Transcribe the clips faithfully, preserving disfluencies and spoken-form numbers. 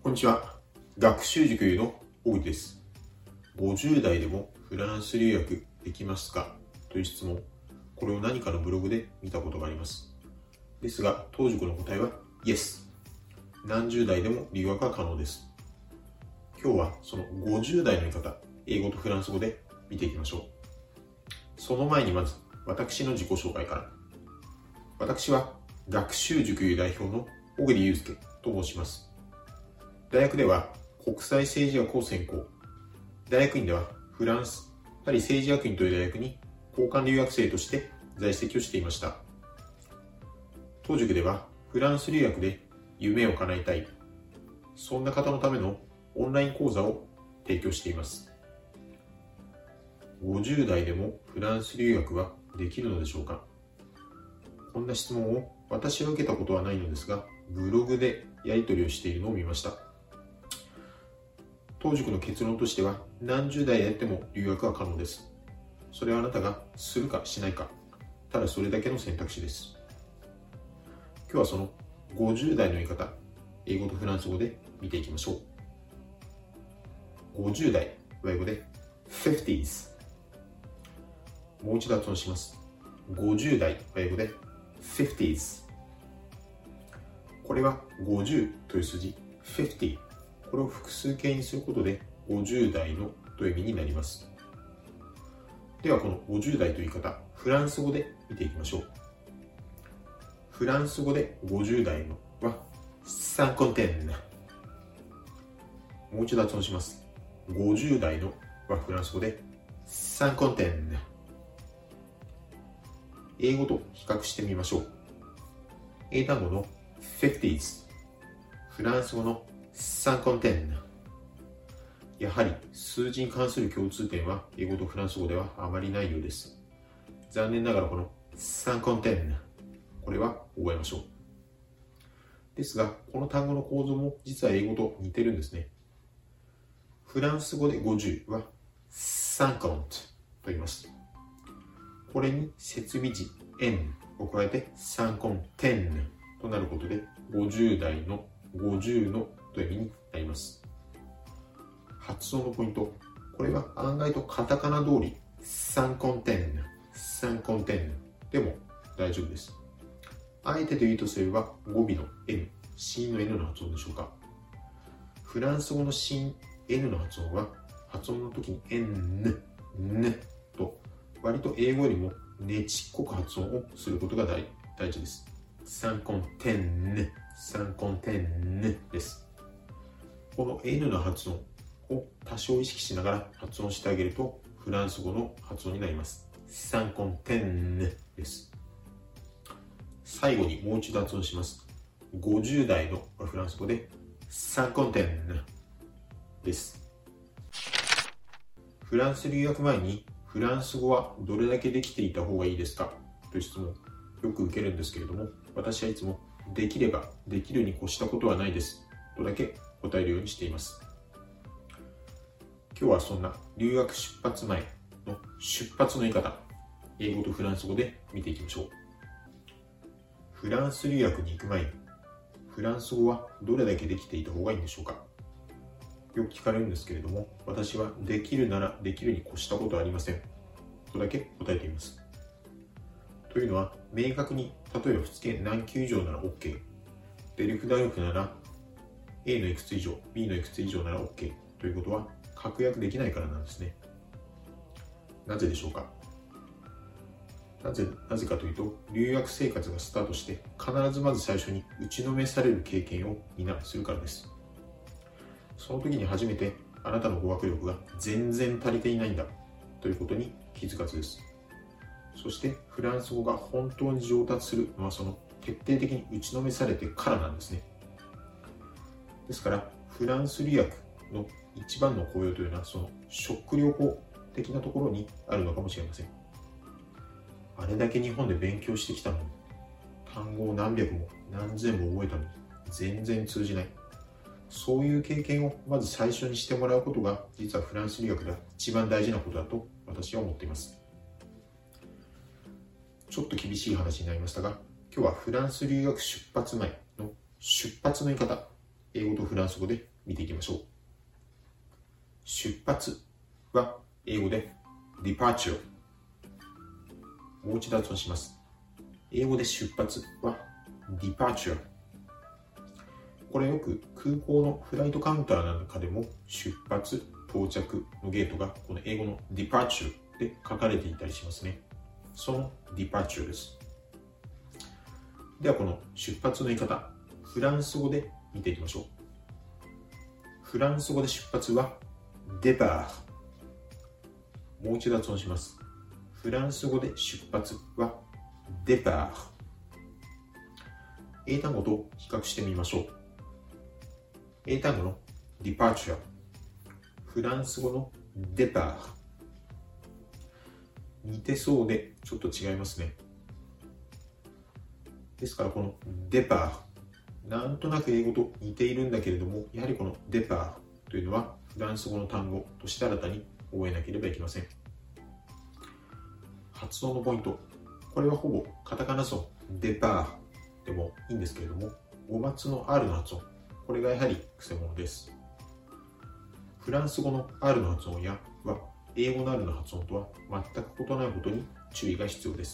こんにちは。学習塾の小口です。ごじゅう代でもフランス留学できますかという質問。これを何かのブログで見たことがあります。ですが、当塾の答えは Yes。何十代でも留学は可能です。今日はそのごじゅう代の言い方、英語とフランス語で見ていきましょう。その前にまず、私の自己紹介から。私は学習塾代表の小栗祐介と申します。大学では国際政治学を専攻。大学院ではフランス、パリ政治学院という大学に交換留学生として在籍をしていました。当塾ではフランス留学で夢を叶えたい、そんな方のためのオンライン講座を提供しています。ごじゅう代でもフランス留学はできるのでしょうか？こんな質問を私は受けたことはないのですが、ブログでやり取りをしているのを見ました。当塾の結論としては、何十代であっても留学は可能です。それはあなたがするかしないか、ただそれだけの選択肢です。今日はそのごじゅう代の言い方、英語とフランス語で見ていきましょう。ごじゅう代は英語で フィフティーズ。もう一度発音します。ごじゅう代は英語で フィフティーズ。これはごじゅうという数字、フィフティー。これを複数形にすることでごじゅう代のという意味になります。ではこのごじゅう代という言い方、フランス語で見ていきましょう。フランス語でごじゅう代のはサンコンテンナ。もう一度発音します。ごじゅう代のはフランス語でサンコンテンナ。英語と比較してみましょう。英単語のフィフティーズ、フランス語のサンコンテンナ。やはり数字に関する共通点は英語とフランス語ではあまりないようです。残念ながらこのサンコンテンナ、これは覚えましょう。ですが、この単語の構造も実は英語と似てるんですね。フランス語でごじゅうはサンコントと言います。これに設備字 N を加えてサンコンテンナとなることでごじゅう代のごじゅうのという意味になります。発音のポイント、これは案外とカタカナ通りサンコンテンナ、サンコンテンナでも大丈夫です。あえてと言うとすれば語尾の N、子音の N の発音でしょうか。フランス語の子音 N の発音は発音の時に N、N と割と英語よりもねちっこく発音をすることが 大, 大事です。サンコンテンヌ、サンコンテンヌです。この N の発音を多少意識しながら発音してあげるとフランス語の発音になります。サンコンテンヌです。最後にもう一度発音します。ごじゅう代のフランス語でサンコンテンヌです。フランス留学前にフランス語はどれだけできていた方がいいですかという質問、よく受けるんですけれども、私はいつもできればできるに越したことはないですとだけ答えるようにしています。今日はそんな留学出発前の出発の言い方、英語とフランス語で見ていきましょう。フランス留学に行く前にフランス語はどれだけできていた方がいいんでしょうか。よく聞かれるんですけれども、私はできるならできるに越したことはありませんとだけ答えています。というのは、明確に例えば普通研何級以上なら OK、 デルフ大学なら A のいくつ以上 B のいくつ以上なら OK ということは確約できないからなんですね。なぜでしょうか。なぜ、なぜかというと、留学生活がスタートして必ずまず最初に打ちのめされる経験をみんなするからです。その時に初めてあなたの語学力が全然足りていないんだということに気づかずです。そしてフランス語が本当に上達するのはその徹底的に打ちのめされてからなんですね。ですからフランス留学の一番の効用というのはそのショック療法的なところにあるのかもしれません。あれだけ日本で勉強してきたのに、単語を何百も何千も覚えたのに全然通じない。そういう経験をまず最初にしてもらうことが実はフランス留学では一番大事なことだと私は思っています。ちょっと厳しい話になりましたが、今日はフランス留学出発前の出発の言い方、英語とフランス語で見ていきましょう。出発は英語で departure。もう一度発音します。英語で出発は departure。これよく空港のフライトカウンターなんかでも出発、到着のゲートがこの英語の departure で書かれていたりしますね。その departure です。ではこの出発の言い方、フランス語で見ていきましょう。フランス語で出発は départ。もう一度発音します。フランス語で出発は départ。英単語と比較してみましょう。英単語の departure、フランス語の départ。似てそうでちょっと違いますね。ですからこの départ、なんとなく英語と似ているんだけれども、やはりこの départ というのはフランス語の単語として新たに覚えなければいけません。発音のポイント。これはほぼカタカナ音 départ でもいいんですけれども、語末の R の発音。これがやはり癖者です。フランス語の R の発音やは英語の R の発音とは全く異なることに注意が必要です。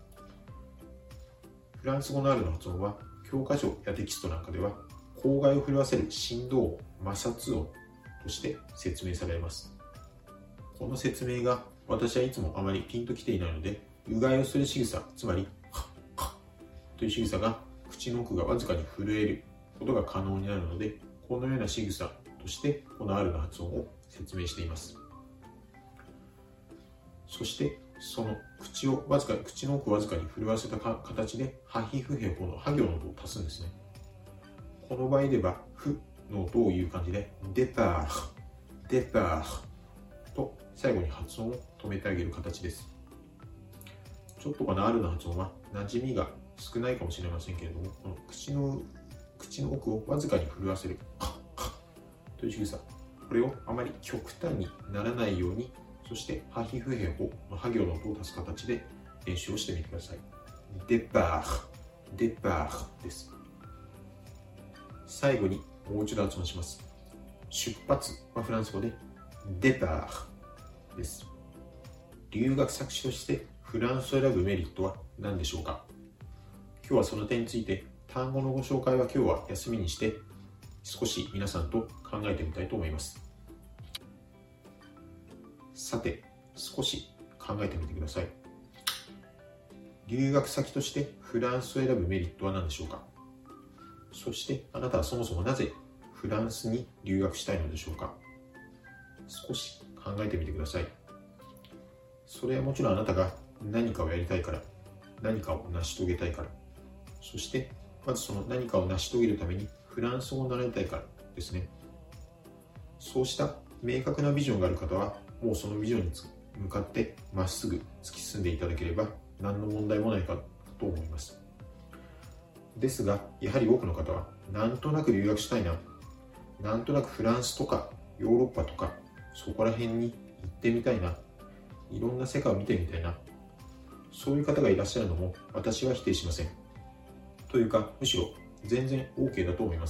フランス語の R の発音は教科書やテキストなんかでは口外を震わせる振動音、摩擦音として説明されます。この説明が私はいつもあまりピンときていないので、うがいをする仕草、つまりハッハッという仕草が口の奥がわずかに震えることが可能になるので、このような仕草としてこの R の発音を説明しています。そしてその口をわずか口の奥をわずかに震わせた形でハヒフヘホのハ行の音を足すんですね。この場合ではフの音を言う感じでデパーデパーと最後に発音を止めてあげる形です。ちょっとこの R の発音は馴染みが少ないかもしれませんけれども、この口の口の奥をわずかに震わせるカッカッという仕草、これをあまり極端にならないように、そしてハヒフヘホのハ行の音を足す形で練習をしてみてください。デパーデパーです。最後にもう一度発音します。出発はフランス語でデパーです。留学先としてフランスを選ぶメリットは何でしょうか。今日はその点について単語のご紹介は今日は休みにして少し皆さんと考えてみたいと思います。さて、少し考えてみてください。留学先としてフランスを選ぶメリットは何でしょうか。そしてあなたはそもそもなぜフランスに留学したいのでしょうか。少し考えてみてください。それはもちろんあなたが何かをやりたいから、何かを成し遂げたいから、そしてまずその何かを成し遂げるためにフランス語を習いたいからですね。そうした明確なビジョンがある方はもうそのビジョンに向かってまっすぐ突き進んでいただければ何の問題もないかと思います。ですが、やはり多くの方はなんとなく留学したいな、なんとなくフランスとかヨーロッパとかそこら辺に行ってみたいな、いろんな世界を見てみたいな、そういう方がいらっしゃるのも私は否定しません。というか、むしろ全然 OK だと思います。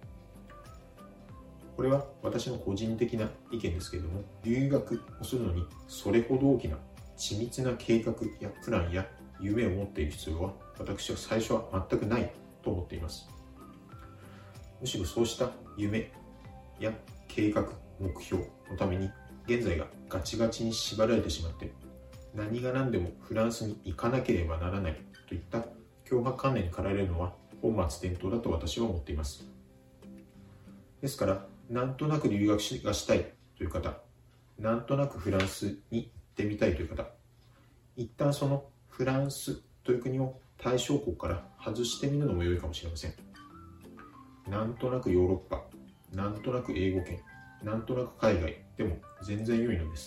これは私の個人的な意見ですけれども、留学をするのにそれほど大きな緻密な計画やプランや夢を持っている必要は私は最初は全くないと思っています。むしろそうした夢や計画、目標のために現在がガチガチに縛られてしまって、何が何でもフランスに行かなければならないといった強迫観念に駆られるのは本末転倒だと私は思っています。ですからなんとなく留学がしたいという方、なんとなくフランスに行ってみたいという方、一旦そのフランスという国を対象国から外してみるのも良いかもしれません。なんとなくヨーロッパ、なんとなく英語圏、なんとなく海外でも全然良いのです。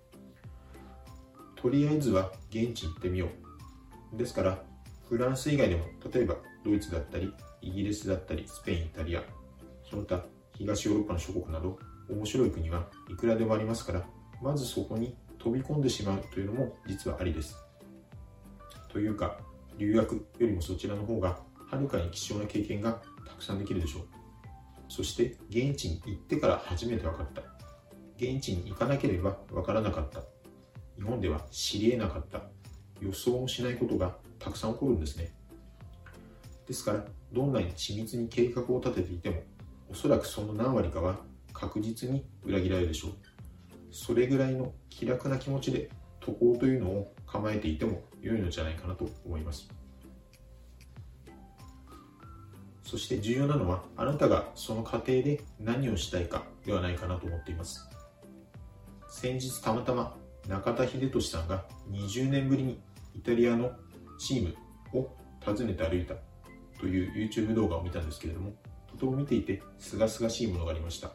とりあえずは現地に行ってみよう。ですからフランス以外でも、例えばドイツだったりイギリスだったりスペイン、イタリア、その他東ヨーロッパの諸国など面白い国はいくらでもありますから、まずそこに飛び込んでしまうというのも実はありです。というか、留学よりもそちらの方がはるかに貴重な経験がたくさんできるでしょう。 そして現地に行ってから初めて分かった。現地に行かなければ分からなかった。日本では知り得なかった。予想もしないことがたくさん起こるんですね。ですから、どんなに緻密に計画を立てていても、おそらくその何割かは確実に裏切られるでしょう。それぐらいの気楽な気持ちで渡航というのを構えていても良いのじゃないかなと思います。そして重要なのは、あなたがその過程で何をしたいかではないかなと思っています。先日たまたま中田英寿さんがにじゅうねんぶりにイタリアのチームを訪ねて歩いたという YouTube 動画を見たんですけれども、とても見ていて清々しいものがありました。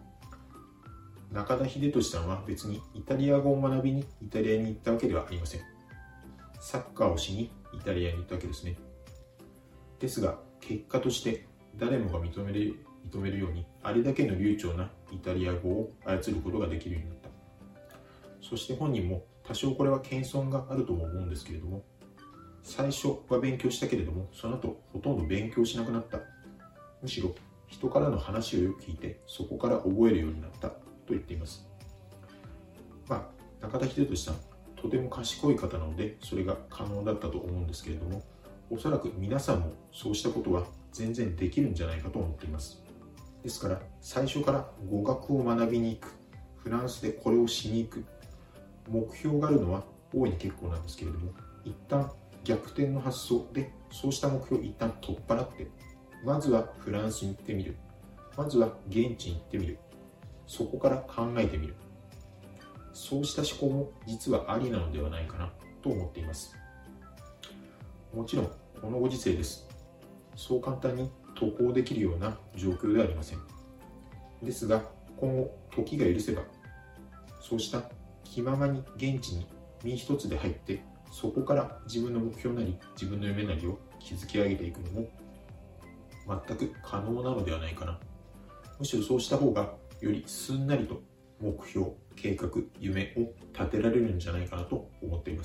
中田英寿さんは別にイタリア語を学びにイタリアに行ったわけではありません。サッカーをしにイタリアに行ったわけですね。ですが結果として誰もが認める、認めるようにあれだけの流暢なイタリア語を操ることができるようになった。そして本人も多少これは謙遜があるとも思うんですけれども、最初は勉強したけれどもその後ほとんど勉強しなくなった。むしろ人からの話をよく聞いてそこから覚えるようになったと言っています。まあ、中田英寿さんとても賢い方なのでそれが可能だったと思うんですけれども、おそらく皆さんもそうしたことは全然できるんじゃないかと思っています。ですから最初から語学を学びに行く、フランスでこれをしに行く、目標があるのは大いに結構なんですけれども、一旦逆転の発想でそうした目標を一旦取っ払って、まずはフランスに行ってみる、まずは現地に行ってみる、そこから考えてみる、そうした思考も実はありなのではないかなと思っています。もちろんこのご時世です。そう簡単に渡航できるような状況ではありません。ですが今後時が許せば、そうした気ままに現地に身一つで入って、そこから自分の目標なり自分の夢なりを築き上げていくのも全く可能なのではないかな。むしろそうした方がよりすんなりと目標、計画、夢を立てられるんじゃないかなと思っています。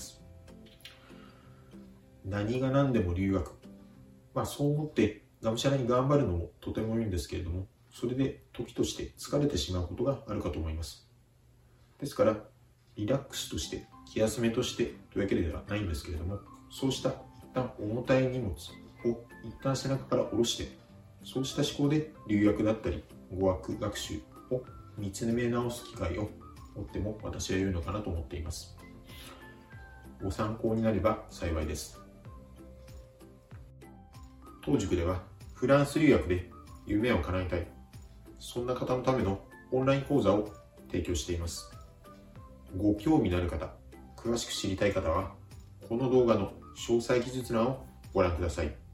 何が何でも留学、まあそう思ってがむしゃらに頑張るのもとてもいいんですけれども、それで時として疲れてしまうことがあるかと思います。ですからリラックスとして気休めとしてというわけではないんですけれども、そうした一旦重たい荷物を一旦背中から下ろして、そうした思考で留学だったり語学学習を見つめ直す機会を持っても私は良いのかなと思っています。ご参考になれば幸いです。当塾ではフランス留学で夢を叶えたい、そんな方のためのオンライン講座を提供しています。ご興味のある方、詳しく知りたい方はこの動画の詳細記述欄をご覧ください。